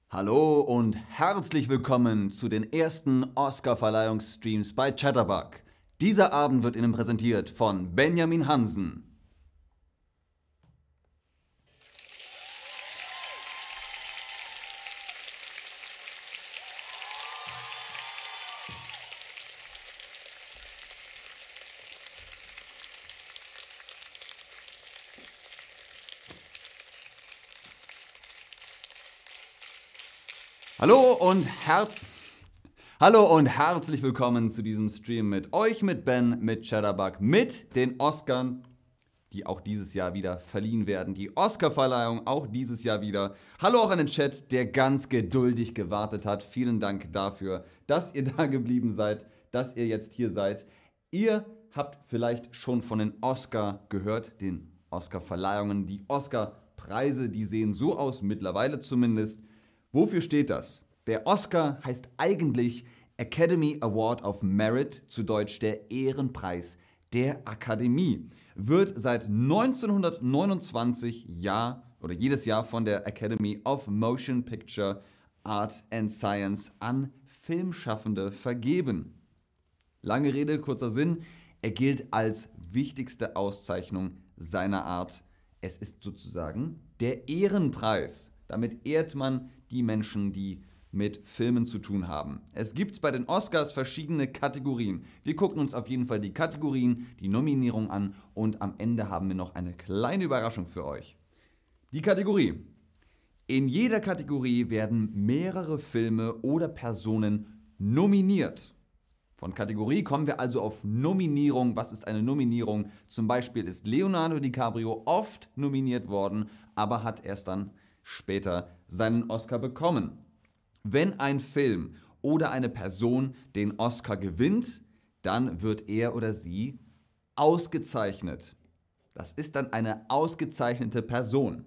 Hallo und herzlich willkommen zu den ersten Oscar-Verleihungsstreams bei Chatterbug. Dieser Abend wird Ihnen präsentiert von Benjamin Hansen. Hallo und herzlich willkommen zu diesem Stream mit euch, mit Ben, mit Chatterbug, mit den Oscars, die auch dieses Jahr wieder verliehen werden. Die Oscar-Verleihung auch dieses Jahr wieder. Hallo auch an den Chat, der ganz geduldig gewartet hat. Vielen Dank dafür, dass ihr da geblieben seid, dass ihr jetzt hier seid. Ihr habt vielleicht schon von den Oscar gehört, den Oscar-Verleihungen, die Oscar-Preise, die sehen so aus, mittlerweile zumindest. Wofür steht das? Der Oscar heißt eigentlich Academy Award of Merit, zu Deutsch der Ehrenpreis der Akademie. Wird seit 1929 jedes Jahr von der Academy of Motion Picture Art and Science an Filmschaffende vergeben. Lange Rede, kurzer Sinn, er gilt als wichtigste Auszeichnung seiner Art. Es ist sozusagen der Ehrenpreis. Damit ehrt man die Menschen, die mit Filmen zu tun haben. Es gibt bei den Oscars verschiedene Kategorien. Wir gucken uns auf jeden Fall die Kategorien, die Nominierung an und am Ende haben wir noch eine kleine Überraschung für euch. Die Kategorie. In jeder Kategorie werden mehrere Filme oder Personen nominiert. Von Kategorie kommen wir also auf Nominierung. Was ist eine Nominierung? Zum Beispiel ist Leonardo DiCaprio oft nominiert worden, aber hat erst dann später seinen Oscar bekommen. Wenn ein Film oder eine Person den Oscar gewinnt, dann wird er oder sie ausgezeichnet. Das ist dann eine ausgezeichnete Person.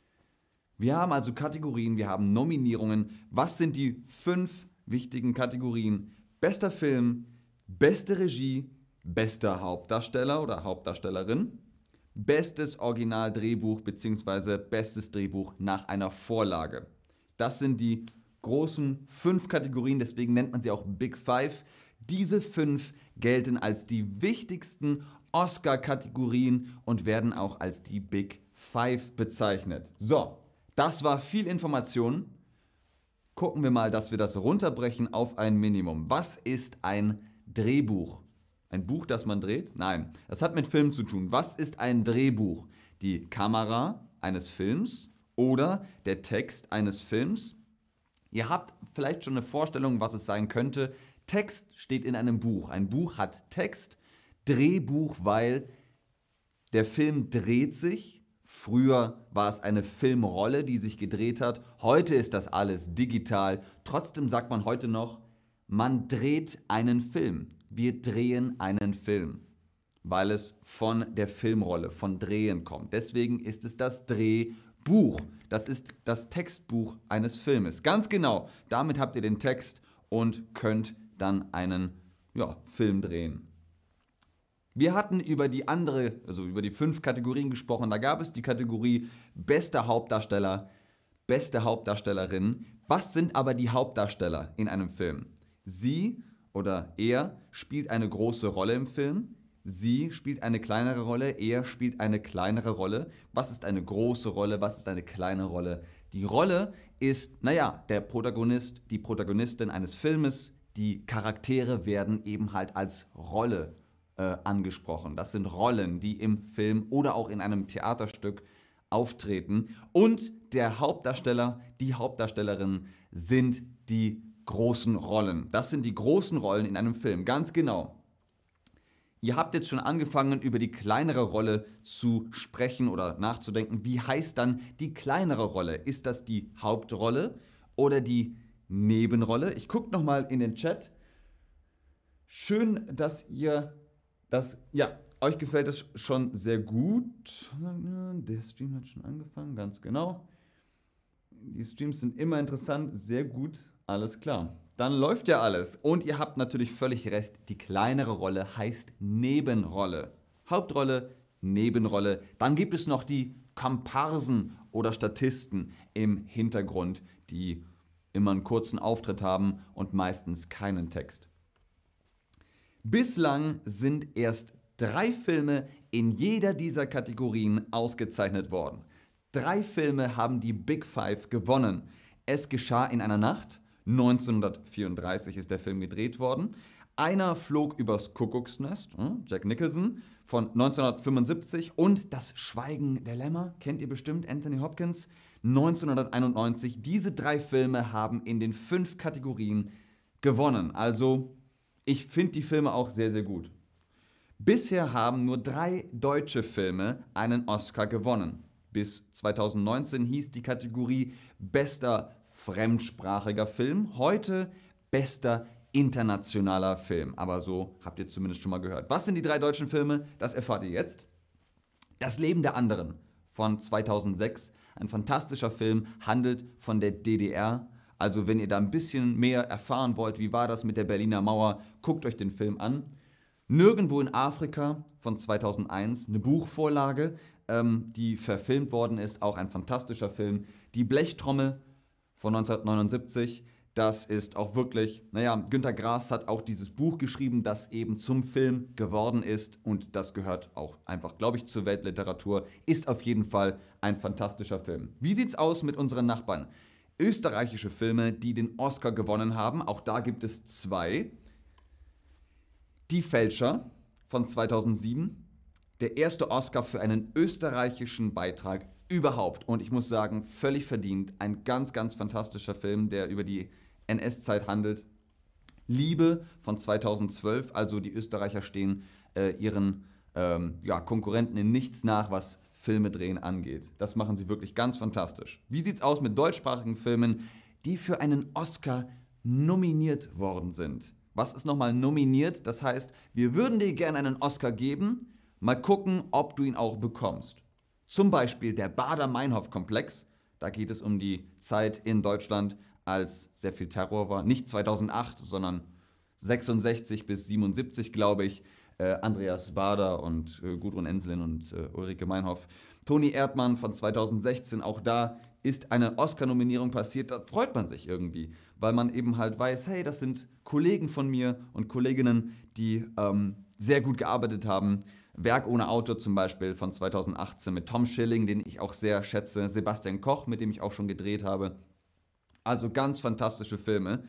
Wir haben also Kategorien, wir haben Nominierungen. Was sind die 5 wichtigen Kategorien? Bester Film, beste Regie, bester Hauptdarsteller oder Hauptdarstellerin, bestes Originaldrehbuch bzw. bestes Drehbuch nach einer Vorlage. Das sind die großen 5 Kategorien, deswegen nennt man sie auch Big Five. Diese 5 gelten als die wichtigsten Oscar-Kategorien und werden auch als die Big Five bezeichnet. So, das war viel Information. Gucken wir mal, dass wir das runterbrechen auf ein Minimum. Was ist ein Drehbuch? Ein Buch, das man dreht? Nein, das hat mit Film zu tun. Was ist ein Drehbuch? Die Kamera eines Films oder der Text eines Films? Ihr habt vielleicht schon eine Vorstellung, was es sein könnte. Text steht in einem Buch. Ein Buch hat Text. Drehbuch, weil der Film dreht sich. Früher war es eine Filmrolle, die sich gedreht hat. Heute ist das alles digital. Trotzdem sagt man heute noch, man dreht einen Film. Wir drehen einen Film, weil es von der Filmrolle, von Drehen kommt. Deswegen ist es das Drehbuch. Das ist das Textbuch eines Filmes. Ganz genau, damit habt ihr den Text und könnt dann einen Film drehen. Wir hatten über die 5 Kategorien gesprochen. Da gab es die Kategorie bester Hauptdarsteller, beste Hauptdarstellerin. Was sind aber die Hauptdarsteller in einem Film? Sie oder er spielt eine große Rolle im Film. Sie spielt eine kleinere Rolle, er spielt eine kleinere Rolle. Was ist eine große Rolle, was ist eine kleine Rolle? Die Rolle ist, der Protagonist, die Protagonistin eines Filmes. Die Charaktere werden eben halt als Rolle angesprochen. Das sind Rollen, die im Film oder auch in einem Theaterstück auftreten. Und der Hauptdarsteller, die Hauptdarstellerin sind die großen Rollen. Das sind die großen Rollen in einem Film, ganz genau. Ihr habt jetzt schon angefangen, über die kleinere Rolle zu sprechen oder nachzudenken. Wie heißt dann die kleinere Rolle? Ist das die Hauptrolle oder die Nebenrolle? Ich gucke nochmal in den Chat. Schön, dass euch gefällt das schon sehr gut. Der Stream hat schon angefangen, ganz genau. Die Streams sind immer interessant, sehr gut, alles klar. Dann läuft ja alles. Und ihr habt natürlich völlig recht, die kleinere Rolle heißt Nebenrolle. Hauptrolle, Nebenrolle. Dann gibt es noch die Komparsen oder Statisten im Hintergrund, die immer einen kurzen Auftritt haben und meistens keinen Text. Bislang sind erst 3 Filme in jeder dieser Kategorien ausgezeichnet worden. 3 Filme haben die Big Five gewonnen. Es geschah in einer Nacht. 1934 ist der Film gedreht worden. Einer flog übers Kuckucksnest, Jack Nicholson, von 1975. Und Das Schweigen der Lämmer, kennt ihr bestimmt, Anthony Hopkins, 1991. Diese 3 Filme haben in den 5 Kategorien gewonnen. Also, ich finde die Filme auch sehr, sehr gut. Bisher haben nur 3 deutsche Filme einen Oscar gewonnen. Bis 2019 hieß die Kategorie Bester fremdsprachiger Film, heute Bester internationaler Film. Aber so habt ihr zumindest schon mal gehört. Was sind die 3 deutschen Filme? Das erfahrt ihr jetzt. Das Leben der anderen von 2006. Ein fantastischer Film, handelt von der DDR. Also wenn ihr da ein bisschen mehr erfahren wollt, wie war das mit der Berliner Mauer, guckt euch den Film an. Nirgendwo in Afrika von 2001, eine Buchvorlage, die verfilmt worden ist, auch ein fantastischer Film. Die Blechtrommel von 1979, das ist auch wirklich, Günter Grass hat auch dieses Buch geschrieben, das eben zum Film geworden ist und das gehört auch einfach, glaube ich, zur Weltliteratur, ist auf jeden Fall ein fantastischer Film. Wie sieht's aus mit unseren Nachbarn? Österreichische Filme, die den Oscar gewonnen haben, auch da gibt es 2. Die Fälscher von 2007, der erste Oscar für einen österreichischen Beitrag überhaupt. Und ich muss sagen, völlig verdient. Ein ganz, ganz fantastischer Film, der über die NS-Zeit handelt. Liebe von 2012, also die Österreicher stehen ihren Konkurrenten in nichts nach, was Filme drehen angeht. Das machen sie wirklich ganz fantastisch. Wie sieht's aus mit deutschsprachigen Filmen, die für einen Oscar nominiert worden sind? Was ist nochmal nominiert? Das heißt, wir würden dir gerne einen Oscar geben, mal gucken, ob du ihn auch bekommst. Zum Beispiel der Baader-Meinhof-Komplex. Da geht es um die Zeit in Deutschland, als sehr viel Terror war. Nicht 2008, sondern 66 bis 77, glaube ich. Andreas Baader und Gudrun Ensslin und Ulrike Meinhof. Toni Erdmann von 2016, auch da ist eine Oscar-Nominierung passiert. Da freut man sich irgendwie, weil man eben halt weiß, hey, das sind Kollegen von mir und Kolleginnen, die sehr gut gearbeitet haben. Werk ohne Auto zum Beispiel von 2018 mit Tom Schilling, den ich auch sehr schätze. Sebastian Koch, mit dem ich auch schon gedreht habe. Also ganz fantastische Filme.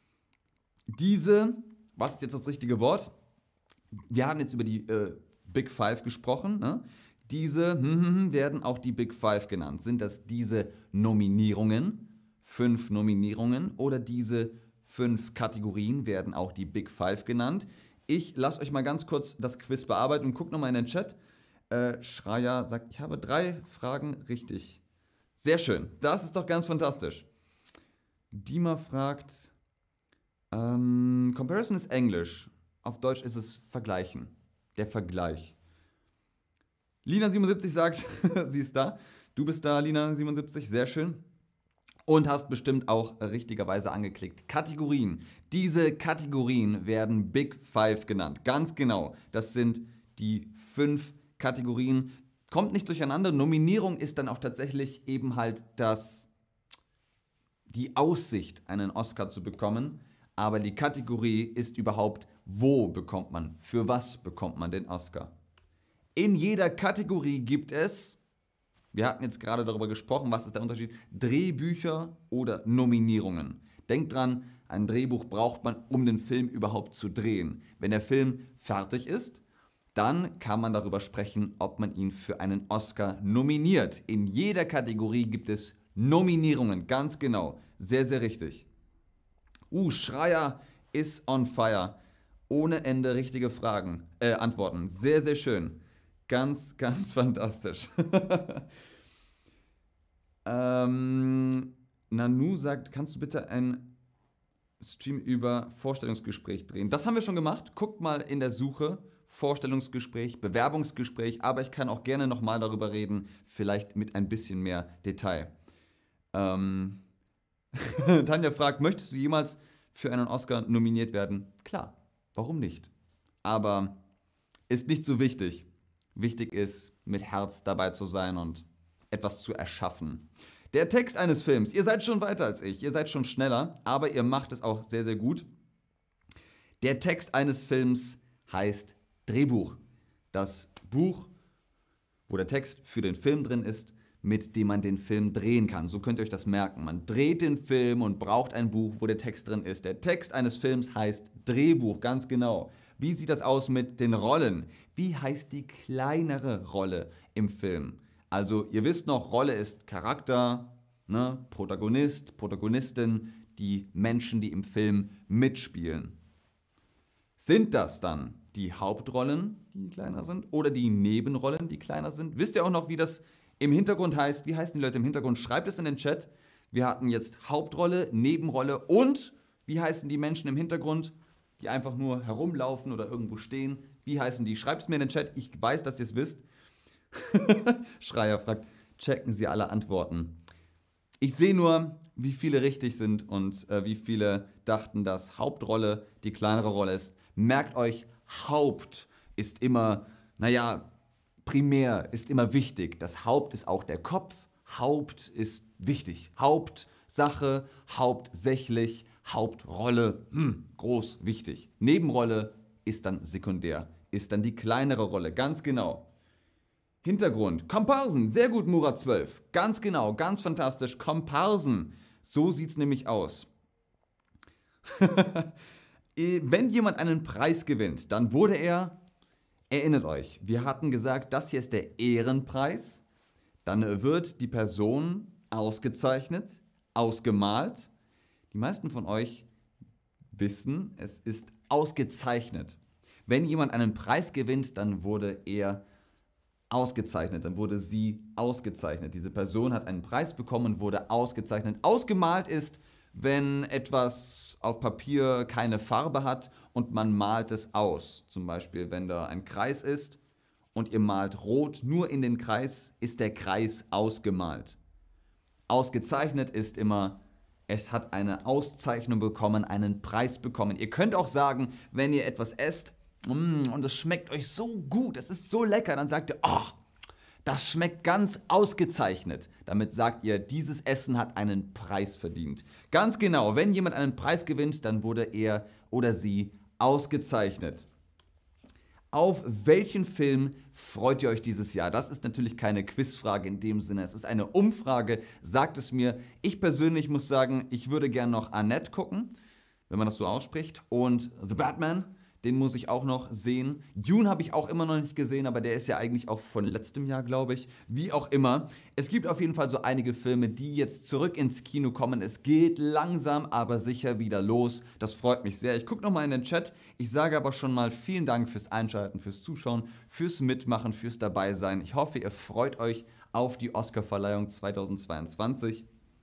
Was ist jetzt das richtige Wort? Wir haben jetzt über die Big Five gesprochen. Ne? Diese werden auch die Big Five genannt. Sind das diese Nominierungen, 5 Nominierungen, oder diese 5 Kategorien werden auch die Big Five genannt? Ich lasse euch mal ganz kurz das Quiz bearbeiten und guckt nochmal in den Chat. Schreier sagt, ich habe 3 Fragen richtig. Sehr schön, das ist doch ganz fantastisch. Dima fragt, Comparison ist Englisch. Auf Deutsch ist es Vergleichen. Der Vergleich. Lina77 sagt, sie ist da. Du bist da, Lina77, sehr schön. Und hast bestimmt auch richtigerweise angeklickt. Kategorien. Diese Kategorien werden Big Five genannt. Ganz genau. Das sind die 5 Kategorien. Kommt nicht durcheinander. Nominierung ist dann auch tatsächlich eben halt die Aussicht, einen Oscar zu bekommen. Aber die Kategorie ist überhaupt, wo bekommt man, für was bekommt man den Oscar. In jeder Kategorie gibt es, wir hatten jetzt gerade darüber gesprochen, was ist der Unterschied, Drehbücher oder Nominierungen. Denkt dran, ein Drehbuch braucht man, um den Film überhaupt zu drehen. Wenn der Film fertig ist, dann kann man darüber sprechen, ob man ihn für einen Oscar nominiert. In jeder Kategorie gibt es Nominierungen, ganz genau. Sehr, sehr richtig. Schreier ist on fire. Ohne Ende richtige Antworten. Sehr, sehr schön. Ganz, ganz fantastisch. Nanu sagt, kannst du bitte einen Stream über Vorstellungsgespräch drehen? Das haben wir schon gemacht. Guckt mal in der Suche. Vorstellungsgespräch, Bewerbungsgespräch. Aber ich kann auch gerne nochmal darüber reden. Vielleicht mit ein bisschen mehr Detail. Tanja fragt, möchtest du jemals für einen Oscar nominiert werden? Klar, warum nicht? Aber ist nicht so wichtig. Wichtig ist, mit Herz dabei zu sein und etwas zu erschaffen. Der Text eines Films, ihr seid schon weiter als ich, ihr seid schon schneller, aber ihr macht es auch sehr, sehr gut. Der Text eines Films heißt Drehbuch. Das Buch, wo der Text für den Film drin ist, mit dem man den Film drehen kann. So könnt ihr euch das merken. Man dreht den Film und braucht ein Buch, wo der Text drin ist. Der Text eines Films heißt Drehbuch, ganz genau. Wie sieht das aus mit den Rollen? Wie heißt die kleinere Rolle im Film? Also ihr wisst noch, Rolle ist Charakter, ne? Protagonist, Protagonistin, die Menschen, die im Film mitspielen. Sind das dann die Hauptrollen, die kleiner sind, oder die Nebenrollen, die kleiner sind? Wisst ihr auch noch, wie das im Hintergrund heißt? Wie heißen die Leute im Hintergrund? Schreibt es in den Chat. Wir hatten jetzt Hauptrolle, Nebenrolle und wie heißen die Menschen im Hintergrund, die einfach nur herumlaufen oder irgendwo stehen? Wie heißen die? Schreibt es mir in den Chat. Ich weiß, dass ihr es wisst. Schreier fragt, checken Sie alle Antworten. Ich sehe nur, wie viele richtig sind und wie viele dachten, dass Hauptrolle die kleinere Rolle ist. Merkt euch, Haupt ist immer, primär ist immer wichtig. Das Haupt ist auch der Kopf. Haupt ist wichtig. Hauptsache, hauptsächlich, Hauptrolle, groß, wichtig. Nebenrolle ist dann sekundär, ist dann die kleinere Rolle, ganz genau. Hintergrund, Komparsen, sehr gut Murat 12, ganz genau, ganz fantastisch, Komparsen, so sieht es nämlich aus. Wenn jemand einen Preis gewinnt, dann wurde er, erinnert euch, wir hatten gesagt, das hier ist der Ehrenpreis, dann wird die Person ausgezeichnet, ausgemalt. Die meisten von euch wissen, es ist ausgezeichnet. Wenn jemand einen Preis gewinnt, dann wurde er ausgezeichnet, dann wurde sie ausgezeichnet. Diese Person hat einen Preis bekommen und wurde ausgezeichnet. Ausgemalt ist, wenn etwas auf Papier keine Farbe hat und man malt es aus. Zum Beispiel, wenn da ein Kreis ist und ihr malt rot nur in den Kreis, ist der Kreis ausgemalt. Ausgezeichnet ist immer, es hat eine Auszeichnung bekommen, einen Preis bekommen. Ihr könnt auch sagen, wenn ihr etwas esst, und es schmeckt euch so gut, es ist so lecker, dann sagt ihr, oh, das schmeckt ganz ausgezeichnet. Damit sagt ihr, dieses Essen hat einen Preis verdient. Ganz genau, wenn jemand einen Preis gewinnt, dann wurde er oder sie ausgezeichnet. Auf welchen Film freut ihr euch dieses Jahr? Das ist natürlich keine Quizfrage in dem Sinne, es ist eine Umfrage, sagt es mir. Ich persönlich muss sagen, ich würde gerne noch Annette gucken, wenn man das so ausspricht, und The Batman. Den muss ich auch noch sehen. Dune habe ich auch immer noch nicht gesehen, aber der ist ja eigentlich auch von letztem Jahr, glaube ich. Wie auch immer. Es gibt auf jeden Fall so einige Filme, die jetzt zurück ins Kino kommen. Es geht langsam, aber sicher wieder los. Das freut mich sehr. Ich gucke nochmal in den Chat. Ich sage aber schon mal vielen Dank fürs Einschalten, fürs Zuschauen, fürs Mitmachen, fürs Dabeisein. Ich hoffe, ihr freut euch auf die Oscarverleihung 2022.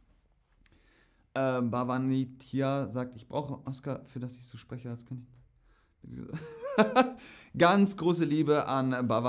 Bhavanitia sagt, ich brauche Oscar, für das ich so spreche, als könnte ich... Ganz große Liebe an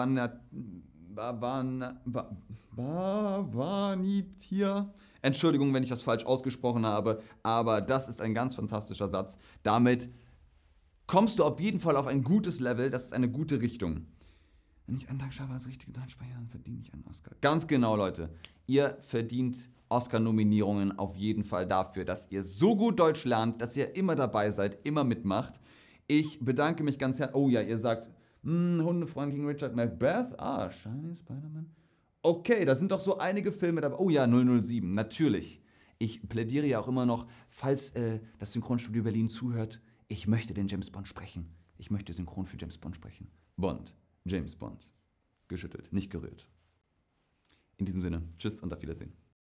Bhavanitia. Entschuldigung, wenn ich das falsch ausgesprochen habe, aber das ist ein ganz fantastischer Satz. Damit kommst du auf jeden Fall auf ein gutes Level, das ist eine gute Richtung. Wenn ich einen Tag schaffe als richtige Deutschsprecher, dann verdiene ich einen Oscar. Ganz genau, Leute. Ihr verdient Oscar-Nominierungen auf jeden Fall dafür, dass ihr so gut Deutsch lernt, dass ihr immer dabei seid, immer mitmacht. Ich bedanke mich ganz herzlich. Oh ja, ihr sagt, Hundefreund King Richard, Macbeth, Shiny Spider-Man. Okay, da sind doch so einige Filme dabei. Oh ja, 007, natürlich. Ich plädiere ja auch immer noch, falls das Synchronstudio Berlin zuhört, ich möchte den James Bond sprechen. Ich möchte synchron für James Bond sprechen. Bond, James Bond. Geschüttelt, nicht gerührt. In diesem Sinne, tschüss und auf Wiedersehen.